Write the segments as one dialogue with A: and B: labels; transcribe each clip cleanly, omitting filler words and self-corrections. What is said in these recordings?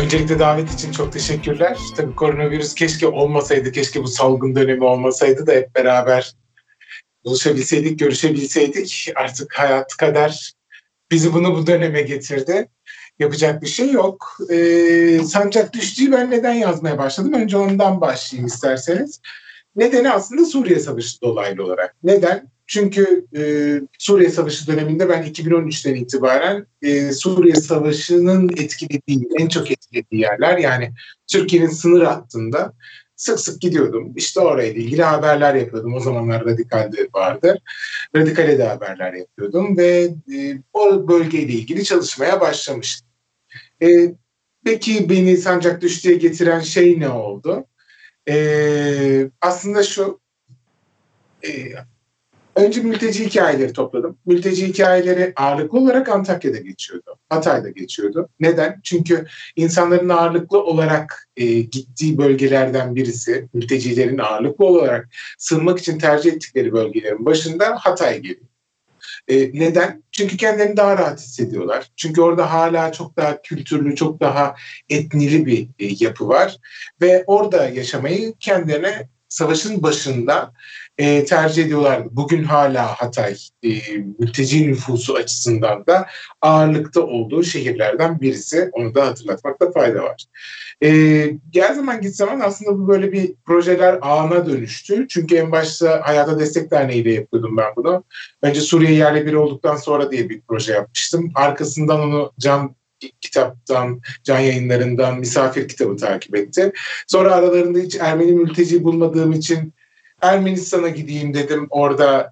A: Öncelikle davet için çok teşekkürler. Tabii koronavirüs keşke olmasaydı, keşke bu salgın dönemi olmasaydı da hep beraber buluşabilseydik, görüşebilseydik. Artık hayat kader bizi bu döneme getirdi. Yapacak bir şey yok. Sancak Düştü'yü ben neden yazmaya başladım? Önce ondan başlayayım isterseniz. Nedeni aslında Suriye Savaşı dolaylı olarak. Neden? Çünkü Suriye Savaşı döneminde ben 2013'ten itibaren Suriye Savaşı'nın etkilediği, en çok etkilediği yerler, yani Türkiye'nin sınır hattında sık sık gidiyordum. İşte orayla ilgili haberler yapıyordum. O zamanlar Radikal'de vardı. Radikal'e de haberler yapıyordum ve o bölgeyle ilgili çalışmaya başlamıştım. Peki beni Sancak Düştü'ye getiren şey ne oldu? Aslında şu, e, önce mülteci hikayeleri topladım. Mülteci hikayeleri ağırlıklı olarak Antakya'da geçiyordu, Hatay'da geçiyordu. Neden? Çünkü insanların ağırlıklı olarak gittiği bölgelerden birisi, mültecilerin ağırlıklı olarak sığınmak için tercih ettikleri bölgelerin başında Hatay geliyor. Neden? Çünkü kendilerini daha rahat hissediyorlar. Çünkü orada hala çok daha kültürlü, çok daha etnili bir yapı var. Ve orada yaşamayı kendilerine savaşın başında tercih ediyorlardı. Bugün hala Hatay mülteci nüfusu açısından da ağırlıkta olduğu şehirlerden birisi. Onu da hatırlatmakta fayda var. Gel zaman git zaman aslında bu böyle bir projeler ağına dönüştü. Çünkü en başta Hayata Destek Derneği ile yapıyordum ben bunu. Önce Suriye yerle bir olduktan sonra diye bir proje yapmıştım. Arkasından onu Can kitaptan, Can Yayınlarından Misafir kitabı takip etti. Sonra aralarında hiç Ermeni mülteci bulmadığım için Ermenistan'a gideyim dedim. Orada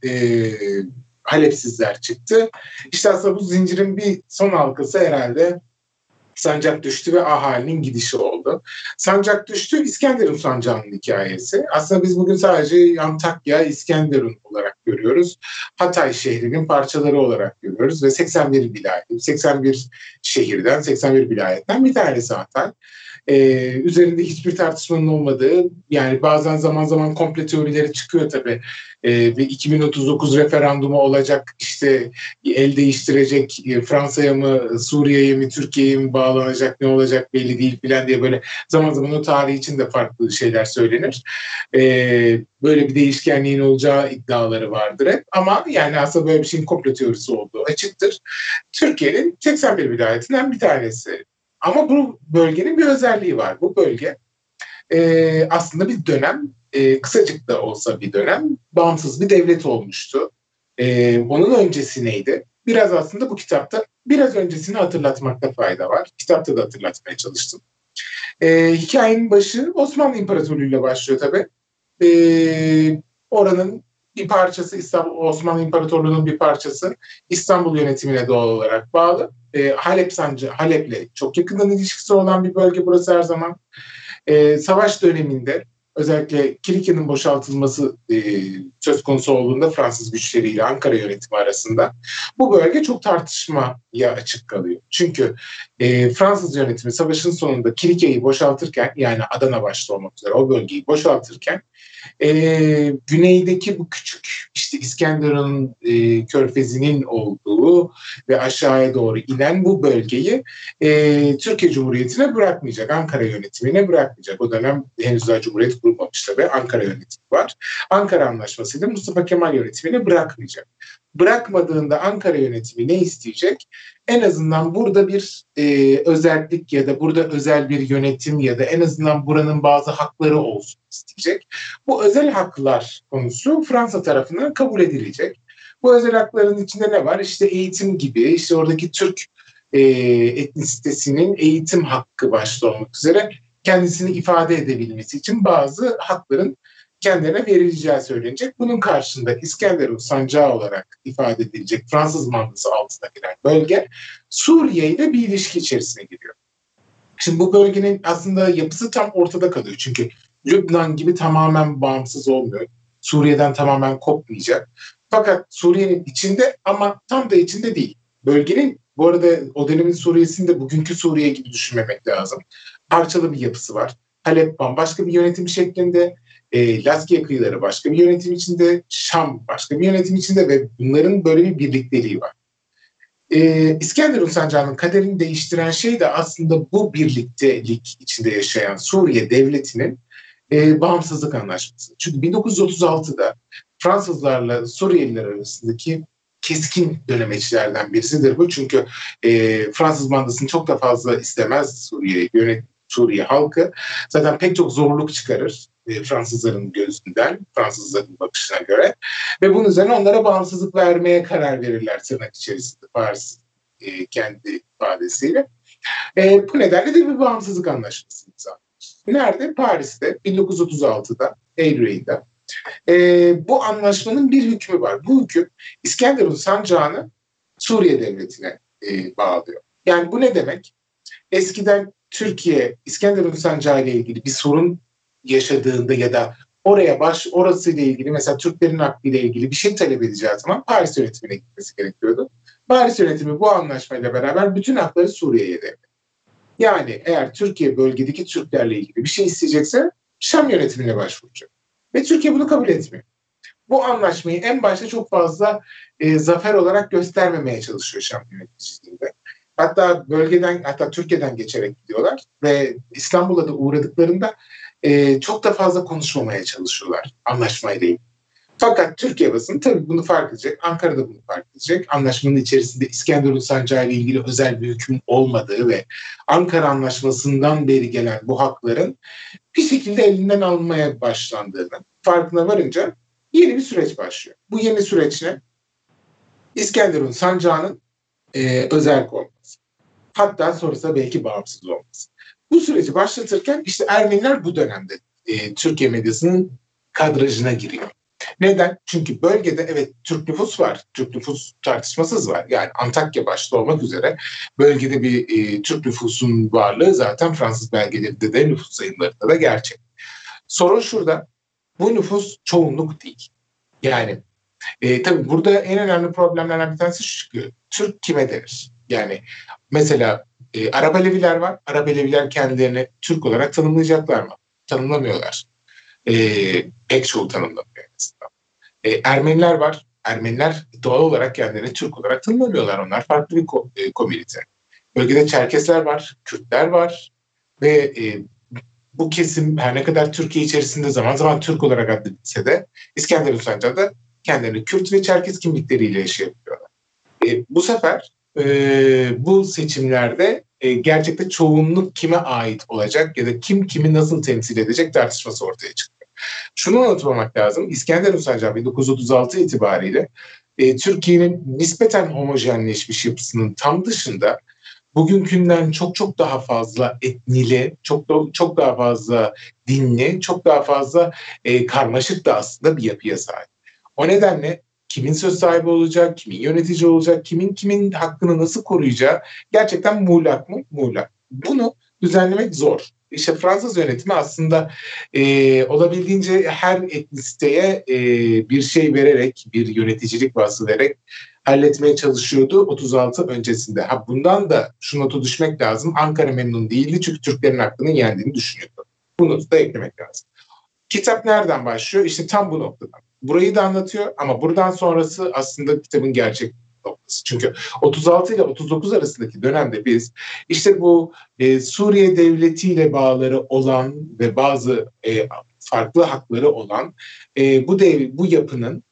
A: Halepsizler çıktı. İşte aslında bu zincirin bir son halkası herhalde Sancak Düştü ve ahalinin gidişi oldu. Sancak Düştü, İskenderun sancağının hikayesi. Aslında biz bugün sadece Antakya, İskenderun olarak görüyoruz. Hatay şehrinin parçaları olarak görüyoruz ve 81 vilayet, 81 şehirden, 81 vilayetten bir tanesi Hatay. Üzerinde hiçbir tartışmanın olmadığı, yani bazen zaman zaman komple teorileri çıkıyor tabii. Bir 2039 referandumu olacak, işte el değiştirecek, Fransa'ya mı, Suriye'ye mi, Türkiye'ye mi bağlanacak, ne olacak belli değil filan diye böyle zaman zaman o tarih için de farklı şeyler söylenir. Böyle bir değişkenliğin olacağı iddiaları vardır hep, ama yani aslında böyle bir şeyin komplo teorisi olduğu açıktır. Türkiye'nin 81 vilayetinden bir tanesi. Ama bu bölgenin bir özelliği var. Bu bölge aslında bir dönem, kısacık da olsa bir dönem bağımsız bir devlet olmuştu. Onun öncesi neydi? Biraz aslında bu kitapta biraz öncesini hatırlatmakta fayda var. Kitapta da hatırlatmaya çalıştım. Hikayenin başı Osmanlı İmparatorluğu ile başlıyor tabii. Oranın bir parçası, Osmanlı İmparatorluğu'nun bir parçası, İstanbul yönetimine doğal olarak bağlı. Halep'le çok yakından ilişkisi olan bir bölge burası her zaman. Savaş döneminde özellikle Kilikya'nın boşaltılması söz konusu olduğunda Fransız güçleriyle Ankara yönetimi arasında bu bölge çok tartışmaya açık kalıyor. Çünkü Fransız yönetimi savaşın sonunda Kilikya'yı boşaltırken, yani Adana başta olmak üzere o bölgeyi boşaltırken güneydeki bu küçük, işte İskenderun körfezinin olduğu ve aşağıya doğru inen bu bölgeyi Türkiye Cumhuriyeti'ne bırakmayacak, Ankara yönetimine bırakmayacak. O dönem henüz daha Cumhuriyet kurulmamış tabii, Ankara yönetimi var. Ankara Anlaşması'yla Mustafa Kemal yönetimine bırakmayacak. Bırakmadığında Ankara yönetimi ne isteyecek? En azından burada bir özellik ya da burada özel bir yönetim ya da en azından buranın bazı hakları olsun isteyecek. Bu özel haklar konusu Fransa tarafından kabul edilecek. Bu özel hakların içinde ne var? İşte eğitim gibi, işte oradaki Türk etnisitesinin eğitim hakkı başta olmak üzere kendisini ifade edebilmesi için bazı hakların kendilerine verileceği söylenecek. Bunun karşında İskenderun sancağı olarak ifade edilecek Fransız mandası altına giren bölge Suriye ile bir ilişki içerisine giriyor. Şimdi bu bölgenin aslında yapısı tam ortada kalıyor. Çünkü Lübnan gibi tamamen bağımsız olmuyor. Suriye'den tamamen kopmayacak. Fakat Suriye'nin içinde, ama tam da içinde değil. Bölgenin, bu arada o dönemin Suriye'sini de bugünkü Suriye gibi düşünmemek lazım. Parçalı bir yapısı var. Halep bambaşka bir yönetim şeklinde, Lazkiye kıyıları başka bir yönetim içinde, Şam başka bir yönetim içinde ve bunların böyle bir birlikteliği var. İskenderun Sancağı'nın kaderini değiştiren şey de aslında bu birliktelik içinde yaşayan Suriye devletinin bağımsızlık anlaşması. Çünkü 1936'da Fransızlarla Suriyeliler arasındaki keskin dönemeçlerden birisidir bu. Çünkü Fransız mandasını çok da fazla istemez Suriye halkı. Zaten pek çok zorluk çıkarır Fransızların gözünden, Fransızların bakışına göre. Ve bunun üzerine onlara bağımsızlık vermeye karar verirler tırnak içerisinde Paris kendi ifadesiyle. Bu nedenle de bir bağımsızlık anlaşması imzalanır. Nerede? Paris'te 1936'da Eylül ayında. Bu anlaşmanın bir hükmü var. Bu hüküm İskenderun Sancağı'nı Suriye devletine bağlıyor. Yani bu ne demek? Eskiden Türkiye İskenderun Sancağı ile ilgili bir sorun yaşadığında ya da orası ile ilgili mesela Türklerin hakkı ile ilgili bir şey talep edeceği zaman Paris yönetimine gitmesi gerekiyordu. Paris yönetimi bu anlaşmayla beraber bütün hakları Suriye'ye devretti. Yani eğer Türkiye bölgedeki Türklerle ilgili bir şey isteyecekse Şam yönetimine başvuracak. Ve Türkiye bunu kabul etmiyor. Bu anlaşmayı en başta çok fazla zafer olarak göstermemeye çalışıyor Şam yöneticiliğinde. Hatta Türkiye'den geçerek gidiyorlar ve İstanbul'a da uğradıklarında çok da fazla konuşmamaya çalışıyorlar anlaşmayla ilgili. Fakat Türkiye basını tabii bunu fark edecek, Ankara'da bunu fark edecek. Anlaşmanın içerisinde İskenderun Sancağı ile ilgili özel bir hüküm olmadığı ve Ankara Anlaşması'ndan beri gelen bu hakların bir şekilde elinden alınmaya başlandığını farkına varınca yeni bir süreç başlıyor. Bu yeni süreç ne? İskenderun Sancağı'nın özerk olması. Hatta sonrasında belki bağımsız olması. Bu süreci başlatırken işte Ermeniler bu dönemde Türkiye medyasının kadrajına giriyor. Neden? Çünkü bölgede evet Türk nüfus var. Türk nüfus tartışmasız var. Yani Antakya başta olmak üzere bölgede bir Türk nüfusun varlığı zaten Fransız belgelerinde de nüfus sayımlarında da gerçek. Sorun şurada. Bu nüfus çoğunluk değil. Yani tabii burada en önemli problemlerden bir tanesi şu çıkıyor. Türk kime denir? Yani mesela Arap Aleviler var. Arap Aleviler kendilerini Türk olarak tanımlayacaklar mı? Tanımlamıyorlar. Pek çoğu tanımlamıyor. Ermeniler var. Ermeniler doğal olarak kendilerini Türk olarak tanımlamıyorlar. Onlar farklı bir komünite. Bölgede Çerkesler var, Kürtler var ve bu kesim her ne kadar Türkiye içerisinde zaman zaman Türk olarak adledilse de İskenderun Sancağı'da kendilerini Kürt ve Çerkes kimlikleriyle yaşayabiliyorlar. Bu sefer bu seçimlerde gerçekten çoğunluk kime ait olacak ya da kim kimi nasıl temsil edecek tartışması ortaya çıkıyor. Şunu unutmamak lazım. İskenderun Sancağı 1936 itibariyle Türkiye'nin nispeten homojenleşmiş yapısının tam dışında bugünkünden çok daha fazla etnili, çok daha fazla dinli, çok daha fazla karmaşık da aslında bir yapıya sahip. O nedenle kimin söz sahibi olacak, kimin yönetici olacak, kimin hakkını nasıl koruyacağı gerçekten muğlak mı? Muğlak. Bunu düzenlemek zor. İşte Fransız yönetimi aslında olabildiğince her etnisiteye bir şey vererek, bir yöneticilik vasfı vererek halletmeye çalışıyordu 36 öncesinde. Bundan da şu notu düşmek lazım. Ankara memnun değildi çünkü Türklerin hakkını yendiğini düşünüyordu. Bunu da eklemek lazım. Kitap nereden başlıyor? İşte tam bu noktadan. Burayı da anlatıyor ama buradan sonrası aslında kitabın gerçek noktası. Çünkü 36 ile 39 arasındaki dönemde biz işte bu Suriye devletiyle bağları olan ve bazı farklı hakları olan bu yapının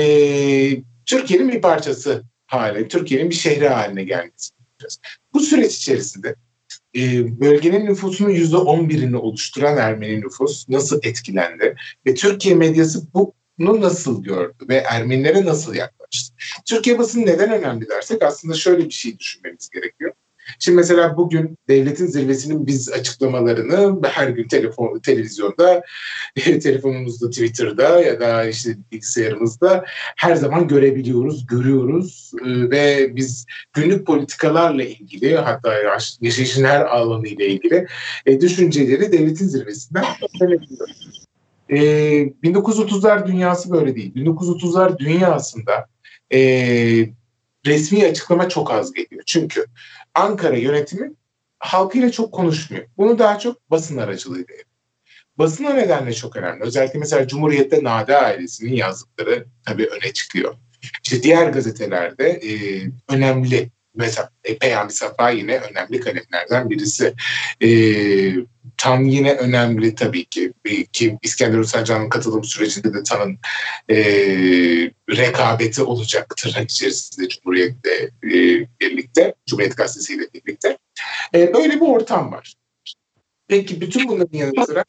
A: Türkiye'nin bir parçası Türkiye'nin bir şehri haline gelmesi. Bu süreç içerisinde bölgenin nüfusunun %11'ini oluşturan Ermeni nüfus nasıl etkilendi ve Türkiye medyası bunu nasıl gördü ve Ermenilere nasıl yaklaştı? Türkiye basını neden önemli dersek aslında şöyle bir şey düşünmemiz gerekiyor. Şimdi mesela bugün devletin zirvesinin biz açıklamalarını her gün televizyonda, telefonumuzda, Twitter'da ya da işte bilgisayarımızda her zaman görebiliyoruz, görüyoruz ve biz günlük politikalarla ilgili hatta yaşayışın her alanı ile ilgili düşünceleri devletin zirvesinden öğrenebiliyoruz. 1930'lar dünyası böyle değil. 1930'lar dünyasında resmi açıklama çok az geliyor. Çünkü Ankara yönetimi halkıyla çok konuşmuyor. Bunu daha çok basın aracılığıyla yapıyor. Basın o nedenle çok önemli. Özellikle mesela Cumhuriyet'te Nade ailesinin yazdıkları tabii öne çıkıyor. İşte diğer gazetelerde önemli Mesela Peyami Safa yine önemli kalemlerden birisi. Tan yine önemli tabii ki. Ki İskender Özcan'ın katılım sürecinde de Tan'ın rekabeti olacaktır içerisinde Cumhuriyet'le birlikte, Cumhuriyet Gazetesi'yle birlikte. Böyle bir ortam var. Peki bütün bunların yanı sıra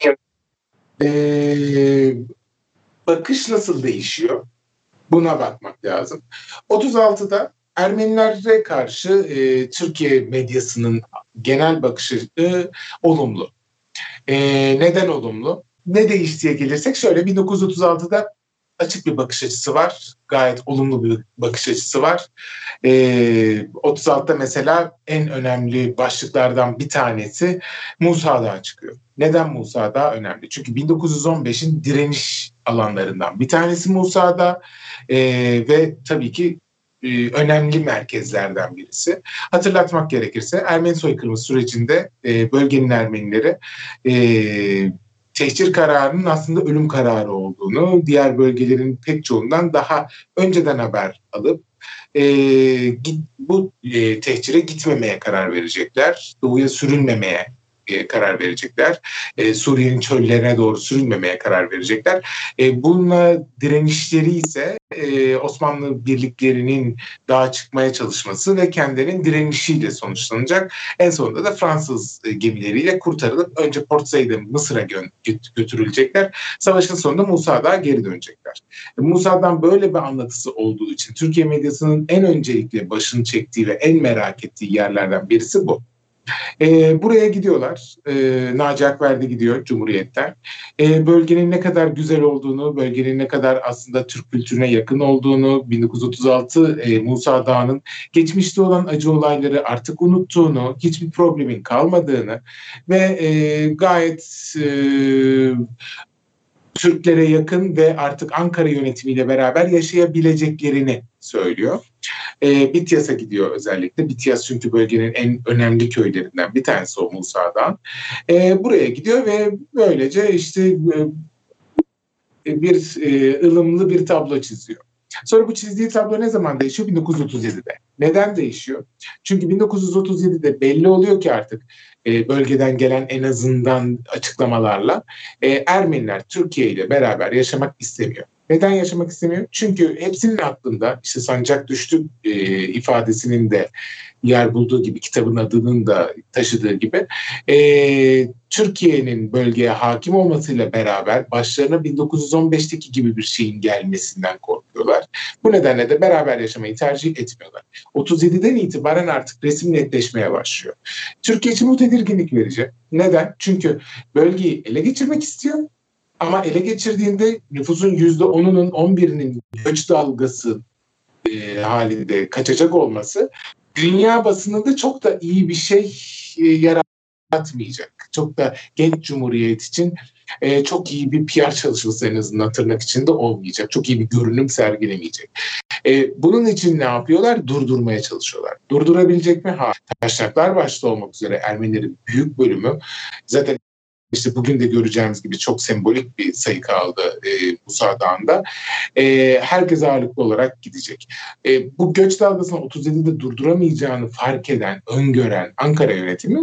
A: bakış nasıl değişiyor? Buna bakmak lazım. 36'da Ermenilere karşı Türkiye medyasının genel bakışı olumlu. Neden olumlu? Ne değiştiğe gelirsek şöyle, 1936'da açık bir bakış açısı var. Gayet olumlu bir bakış açısı var. 36'da mesela en önemli başlıklardan bir tanesi Musa Dağı çıkıyor. Neden Musa Dağı önemli? Çünkü 1915'in direniş alanlarından bir tanesi Musa Dağı ve tabii ki önemli merkezlerden birisi. Hatırlatmak gerekirse Ermeni soykırımı sürecinde bölgenin Ermenileri tehcir kararının aslında ölüm kararı olduğunu, diğer bölgelerin pek çoğundan daha önceden haber alıp bu tehcire gitmemeye karar verecekler. Doğuya sürülmemeye karar verecekler. Suriye'nin çöllerine doğru sürülmemeye karar verecekler. Bununla direnişleri ise Osmanlı birliklerinin dağa çıkmaya çalışması ve kendilerinin direnişiyle sonuçlanacak. En sonunda da Fransız gemileriyle kurtarılıp önce Port Said'e Mısır'a götürülecekler. Savaşın sonunda Musa Dağ'a geri dönecekler. Musa'dan böyle bir anlatısı olduğu için Türkiye medyasının en öncelikle başını çektiği ve en merak ettiği yerlerden birisi bu. Buraya gidiyorlar. Naci Akver de gidiyor Cumhuriyet'ten. Bölgenin ne kadar güzel olduğunu, bölgenin ne kadar aslında Türk kültürüne yakın olduğunu, 1936 Musa Dağı'nın geçmişte olan acı olayları artık unuttuğunu, hiçbir problemin kalmadığını ve gayet Türklere yakın ve artık Ankara yönetimiyle beraber yaşayabileceklerini söylüyor. Bityas'a gidiyor özellikle. Bityas çünkü bölgenin en önemli köylerinden bir tanesi o Musa Dağı. Buraya gidiyor ve böylece işte bir ılımlı bir tablo çiziyor. Sonra bu çizdiği tablo ne zaman değişiyor? 1937'de. Neden değişiyor? Çünkü 1937'de belli oluyor ki artık bölgeden gelen en azından açıklamalarla Ermeniler Türkiye ile beraber yaşamak istemiyor. Neden yaşamak istemiyor? Çünkü hepsinin aklında işte sancak düştü ifadesinin de yer bulduğu gibi, kitabın adının da taşıdığı gibi Türkiye'nin bölgeye hakim olmasıyla beraber başlarına 1915'teki gibi bir şeyin gelmesinden korkuyorlar. Bu nedenle de beraber yaşamayı tercih etmiyorlar. 37'den itibaren artık resim netleşmeye başlıyor. Türkiye için bu tedirginlik verici. Neden? Çünkü bölgeyi ele geçirmek istiyor. Ama ele geçirdiğinde nüfusun %10'unun 11'inin göç dalgası halinde kaçacak olması dünya basınında çok da iyi bir şey yaratmayacak. Çok da genç cumhuriyet için çok iyi bir PR çalışması en azından tırnak içinde olmayacak. Çok iyi bir görünüm sergilemeyecek. Bunun için ne yapıyorlar? Durdurmaya çalışıyorlar. Durdurabilecek mi? Ha, Taşnaklar başta olmak üzere Ermenilerin büyük bölümü zaten İşte bugün de göreceğimiz gibi çok sembolik bir sayı kaldı Musa Dağı'nda. Herkes ağırlıklı olarak gidecek. Bu göç dalgasını 37'de durduramayacağını fark eden, öngören Ankara yönetimi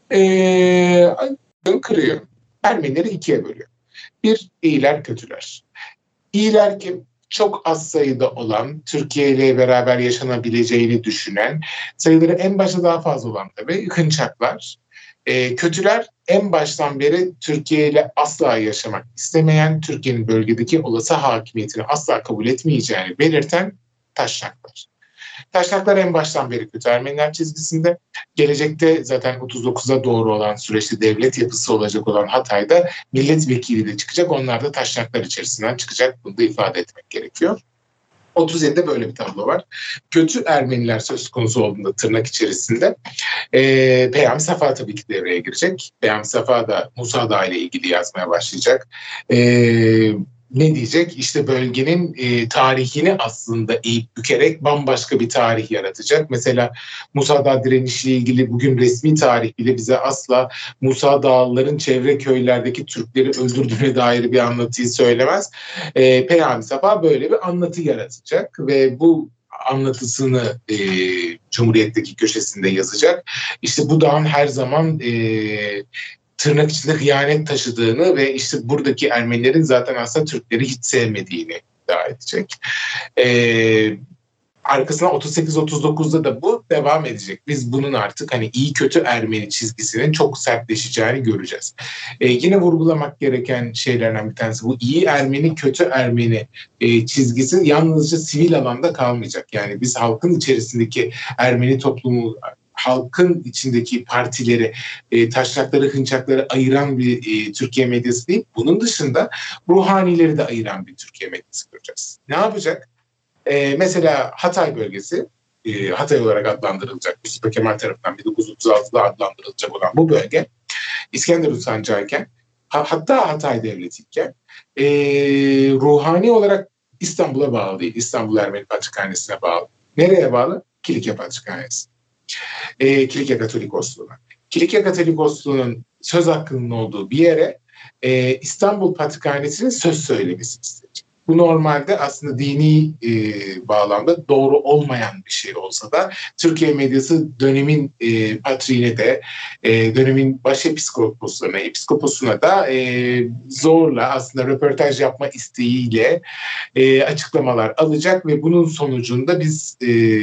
A: kırıyor. Ermenileri ikiye bölüyor. Bir, iyiler, kötüler. İyiler kim? Çok az sayıda olan, Türkiye ile beraber yaşanabileceğini düşünen, sayıları en başta daha fazla olan tabii Hınçaklar. Kötüler en baştan beri Türkiye ile asla yaşamak istemeyen, Türkiye'nin bölgedeki olası hakimiyetini asla kabul etmeyeceğini belirten Taşnaklar. Taşnaklar en baştan beri kötü Ermeniler çizgisinde. Gelecekte zaten 39'a doğru olan süreçte devlet yapısı olacak olan Hatay'da milletvekili de çıkacak. Onlar da Taşnaklar içerisinden çıkacak. Bunu da ifade etmek gerekiyor. 37'de böyle bir tablo var. Kötü Ermeniler söz konusu olduğunda tırnak içerisinde Peyami Safa tabii ki devreye girecek. Peyami Safa da Musa Dağı ile ilgili yazmaya başlayacak. Ne diyecek? İşte bölgenin tarihini aslında eğip bükerek bambaşka bir tarih yaratacak. Mesela Musa Dağı direnişiyle ilgili bugün resmi tarih bile bize asla Musa Dağlıların çevre köylerdeki Türkleri öldürdüğüne dair bir anlatıyı söylemez. Peyami Safa böyle bir anlatı yaratacak ve bu anlatısını Cumhuriyet'teki köşesinde yazacak. İşte bu dağın her zaman tırnak içinde hıyanet taşıdığını ve işte buradaki Ermenilerin zaten aslında Türkleri hiç sevmediğini iddia edecek. Arkasına 38-39'da da bu devam edecek. Biz bunun artık hani iyi kötü Ermeni çizgisinin çok sertleşeceğini göreceğiz. Yine vurgulamak gereken şeylerden bir tanesi bu iyi Ermeni, kötü Ermeni çizgisi yalnızca sivil alanda kalmayacak. Yani biz halkın içerisindeki Ermeni toplumu, halkın içindeki partileri, taşrakları, hınçakları ayıran bir Türkiye medyası değil. Bunun dışında ruhanileri de ayıran bir Türkiye medyası göreceğiz. Ne yapacak? Mesela Hatay bölgesi, Hatay olarak adlandırılacak, Mustafa Kemal tarafından 1936'da adlandırılacak olan bu bölge, İskenderun sancağıyken, hatta Hatay devletiyken ruhani olarak İstanbul'a bağlı değil, İstanbul Ermeni Patrikhanesi'ne bağlı. Nereye bağlı? Kilikya Patrikhanesi. Kilikya Katolikosluğu'na. Kilikya Katolikosluğu'nun söz hakkının olduğu bir yere İstanbul Patrikhanesi'nin söz söylemesi isteyecek. Bu normalde aslında dini bağlamda doğru olmayan bir şey olsa da Türkiye medyası dönemin patriğine de dönemin başepiskoposuna, episkoposuna da zorla aslında röportaj yapma isteğiyle açıklamalar alacak ve bunun sonucunda biz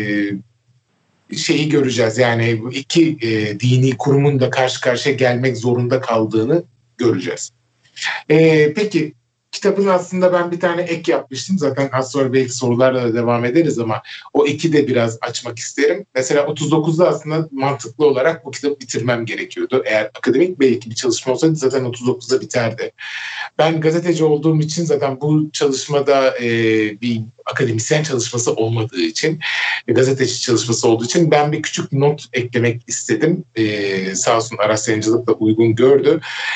A: şeyi göreceğiz. Yani bu iki dini kurumun da karşı karşıya gelmek zorunda kaldığını göreceğiz. Peki kitabın aslında ben bir tane ek yapmıştım. Zaten az sonra belki sorularla da devam ederiz ama o eki de biraz açmak isterim. Mesela 39'da aslında mantıklı olarak bu kitabı bitirmem gerekiyordu. Eğer akademik belki bir çalışma olsaydı zaten 39'da biterdi. Ben gazeteci olduğum için zaten bu çalışmada bir akademisyen çalışması olmadığı için, gazeteci çalışması olduğu için ben bir küçük not eklemek istedim. Sağ olsun Aras Yayıncılık da uygun gördü.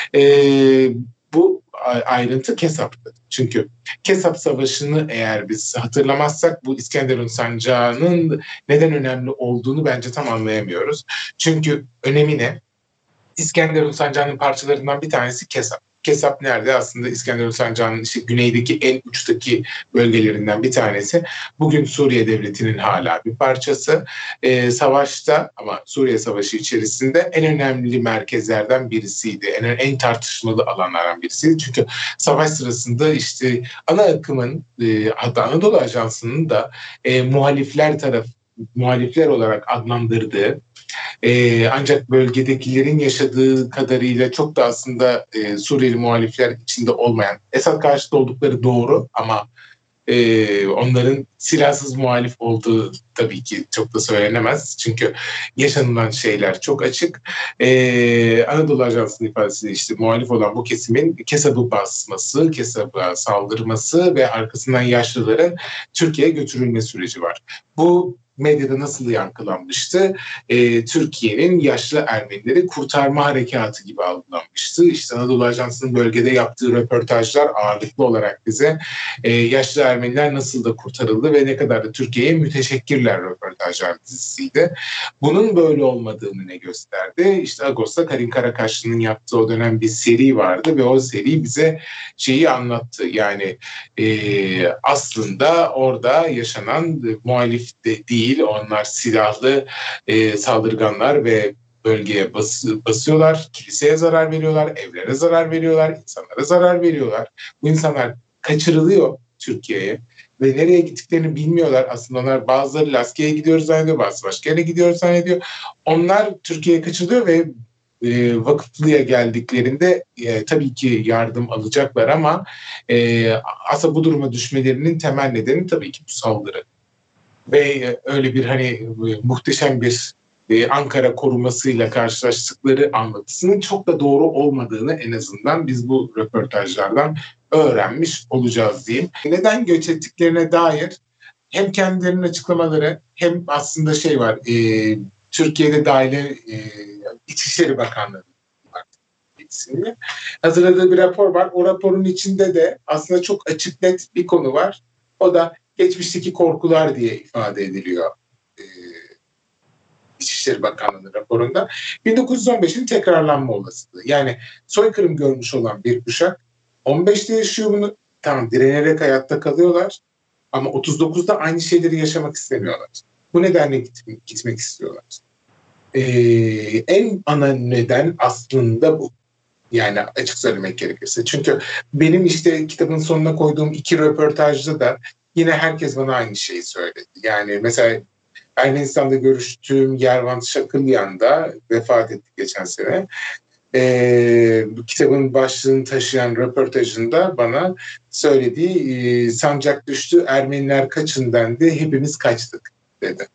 A: Bu ayrıntı Kesap'tı. Çünkü Kesap Savaşı'nı eğer biz hatırlamazsak bu İskenderun Sancağı'nın neden önemli olduğunu bence tam anlayamıyoruz. Çünkü önemi ne? İskenderun Sancağı'nın parçalarından bir tanesi Kesap. Kesap nerede? Aslında İskenderun Sancağı'nın işte güneydeki en uçtaki bölgelerinden bir tanesi. Bugün Suriye Devleti'nin hala bir parçası. Savaşta ama Suriye Savaşı içerisinde en önemli merkezlerden birisiydi. En tartışmalı alanlardan birisiydi. Çünkü savaş sırasında işte ana akımın hatta Anadolu Ajansı'nın da muhalifler olarak adlandırdığı ancak bölgedekilerin yaşadığı kadarıyla çok da aslında Suriyeli muhalifler içinde olmayan, Esad karşıtı oldukları doğru ama onların silahsız muhalif olduğu tabii ki çok da söylenemez. Çünkü yaşanılan şeyler çok açık. Anadolu Ajansı'nın ifadesiyle işte muhalif olan bu kesimin Kesap'ı basması, Kesap'a saldırması ve arkasından yaşlıların Türkiye'ye götürülme süreci var. Bu medyada nasıl yankılanmıştı? Türkiye'nin yaşlı Ermenileri kurtarma harekatı gibi algılanmıştı. İşte Anadolu Ajansı'nın bölgede yaptığı röportajlar ağırlıklı olarak bize yaşlı Ermeniler nasıl da kurtarıldı ve ne kadar da Türkiye'ye müteşekkirler röportajlar dizisiydi. Bunun böyle olmadığını ne gösterdi? İşte Ağustos'ta Karin Karakaşlı'nın yaptığı o dönem bir seri vardı ve o seri bize şeyi anlattı. Yani aslında orada yaşanan muhalif de değil, onlar silahlı saldırganlar ve bölgeye basıyorlar, kiliseye zarar veriyorlar, evlere zarar veriyorlar, insanlara zarar veriyorlar. Bu insanlar kaçırılıyor Türkiye'ye ve nereye gittiklerini bilmiyorlar. Aslında onlar bazıları Laskiye'ye gidiyoruz zannediyor, bazıları başka yere gidiyoruz zannediyor. Onlar Türkiye'ye kaçırılıyor ve Vakıflı'ya geldiklerinde tabii ki yardım alacaklar ama aslında bu duruma düşmelerinin temel nedeni tabii ki bu saldırı. Ve öyle bir hani muhteşem bir Ankara korumasıyla karşılaştıkları anlatısının çok da doğru olmadığını en azından biz bu röportajlardan öğrenmiş olacağız diyeyim. Neden göç ettiklerine dair hem kendilerinin açıklamaları hem aslında şey var, Türkiye'de dahil İçişleri Bakanlığı hazırladığı bir rapor var. O raporun içinde de aslında çok açık net bir konu var. O da geçmişteki korkular diye ifade ediliyor İçişleri Bakanlığı'nın raporunda. 1915'in tekrarlanma olasılığı. Yani soykırım görmüş olan bir kuşak 15'te yaşıyor bunu. Tamam, direnerek hayatta kalıyorlar. Ama 39'da aynı şeyleri yaşamak istemiyorlar. Bu nedenle gitmek istiyorlar. En ana neden aslında bu. Yani açık söylemek gerekirse. Çünkü benim işte kitabın sonuna koyduğum 2 röportajda da yine herkes bana aynı şeyi söyledi. Yani mesela Ermenistan'da görüştüğüm Yervant Şakılyan da vefat etti geçen sene. Bu kitabın başlığını taşıyan röportajında bana söylediği sancak düştü, Ermeniler kaçın dendi, hepimiz kaçtık dedi.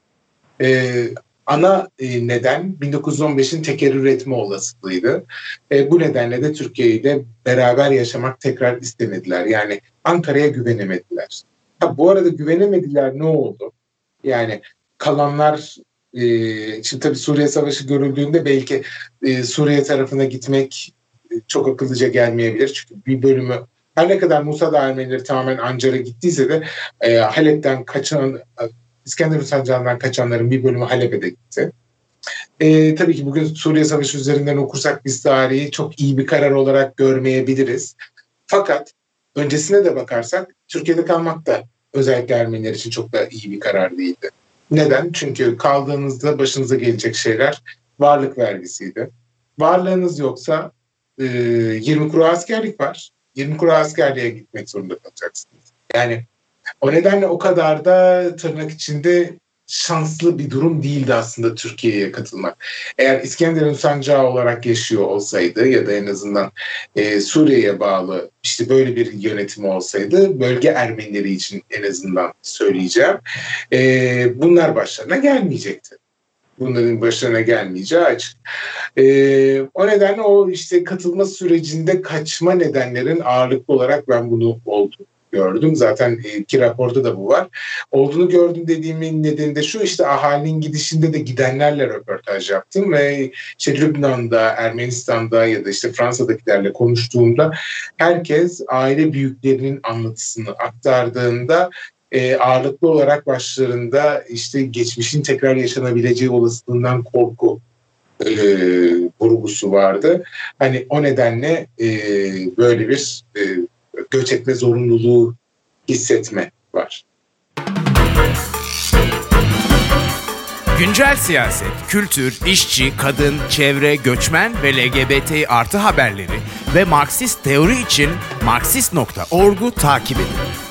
A: Ana neden 1915'in tekerrür etme olasılığıydı. Bu nedenle de Türkiye ile beraber yaşamak tekrar istemediler. Yani Ankara'ya güvenemediler. Bu arada güvenemediler, ne oldu? Yani kalanlar, şimdi tabii Suriye Savaşı görüldüğünde belki Suriye tarafına gitmek çok akıllıca gelmeyebilir. Çünkü bir bölümü, her ne kadar Musa da Ermenileri tamamen Ancar'a gittiyse de Halep'ten kaçan, İskenderun Sancağı'ndan kaçanların bir bölümü Halep'e de gitti. Tabii ki bugün Suriye Savaşı üzerinden okursak biz tarihi çok iyi bir karar olarak görmeyebiliriz. Fakat öncesine de bakarsak Türkiye'de kalmak da özellikle Ermeniler için çok da iyi bir karar değildi. Neden? Çünkü kaldığınızda başınıza gelecek şeyler varlık vergisiydi. Varlığınız yoksa 20 kuru askerlik var. 20 kuru askerliğe gitmek zorunda kalacaksınız. Yani o nedenle o kadar da tırnak içinde şanslı bir durum değildi aslında Türkiye'ye katılmak. Eğer İskenderun Sancağı olarak yaşıyor olsaydı ya da en azından Suriye'ye bağlı işte böyle bir yönetim olsaydı, bölge Ermenileri için en azından söyleyeceğim, bunlar başlarına gelmeyecekti. Bunların başlarına gelmeyeceği açık. O nedenle o işte katılma sürecinde kaçma nedenlerin ağırlıklı olarak ben bunu gördüm. Zaten iki raporda da bu var. Olduğunu gördüm dediğimin nedeni de şu: işte ahalinin gidişinde de gidenlerle röportaj yaptım ve işte Lübnan'da, Ermenistan'da ya da işte Fransa'dakilerle konuştuğumda herkes aile büyüklerinin anlatısını aktardığında ağırlıklı olarak başlarında işte geçmişin tekrar yaşanabileceği olasılığından korku vurgusu vardı. Hani o nedenle böyle bir göç etme zorunluluğu hissetme var.
B: Güncel siyaset, kültür, işçi, kadın, çevre, göçmen ve LGBT artı haberleri ve Marksist teori için Marksist.org'u takip edin.